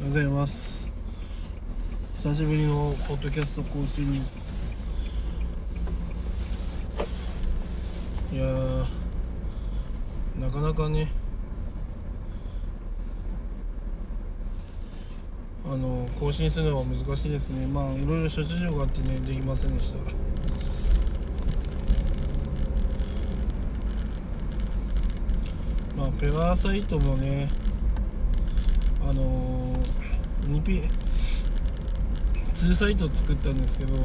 おはようございます。久しぶりのポッドキャスト更新です。いやー、なかなかね、更新するのは難しいですね。いろいろ諸事情があってね、できませんでした。ペガサイトもね、2サイト作ったんですけど、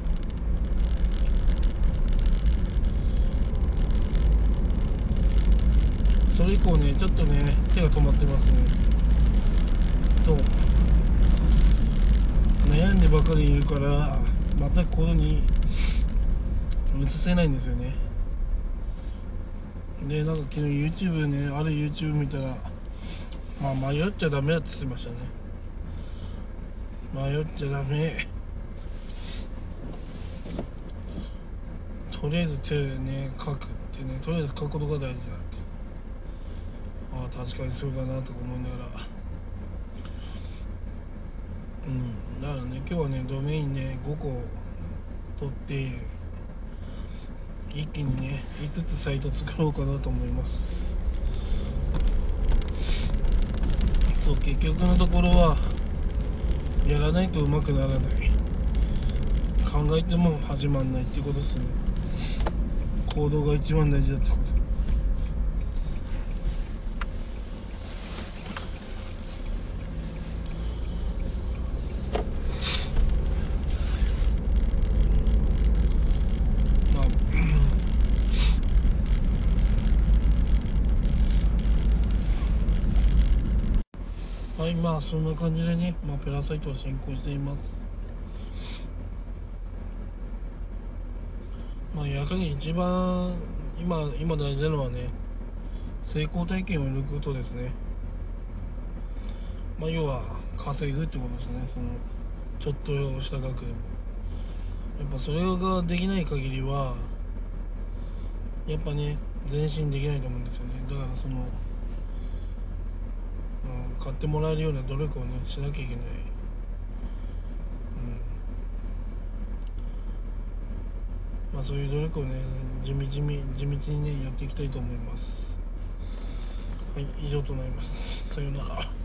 それ以降ね、ちょっとね、手が止まってますね。そう。悩んでばかりいるから、また行動に移せないんですよね。で、昨日 YouTube ね、ある YouTube 見たら、迷っちゃダメだって言ってましたね。迷っちゃダメ。とりあえず手ね、書くってね、とりあえず書くことが大事だって。確かにそうだなとか思いながら。だからね、今日はね、ドメインね、5個取って、一気にね、5つサイト作ろうかなと思います。そう、結局のところは、やらないとうまくならない。考えても始まんないっていうことですね。行動が一番大事だってこと。はい、そんな感じでね、ペラサイトを進行しています。やはり一番今大事なのはね、成功体験を得ることですね。要は稼ぐってことですね。ちょっとした額でもやっぱそれができない限りはやっぱね、前進できないと思うんですよね。だから買ってもらえるような努力をねしなきゃいけない。そういう努力をね、地道にねやっていきたいと思います。はい、以上となります。さようなら。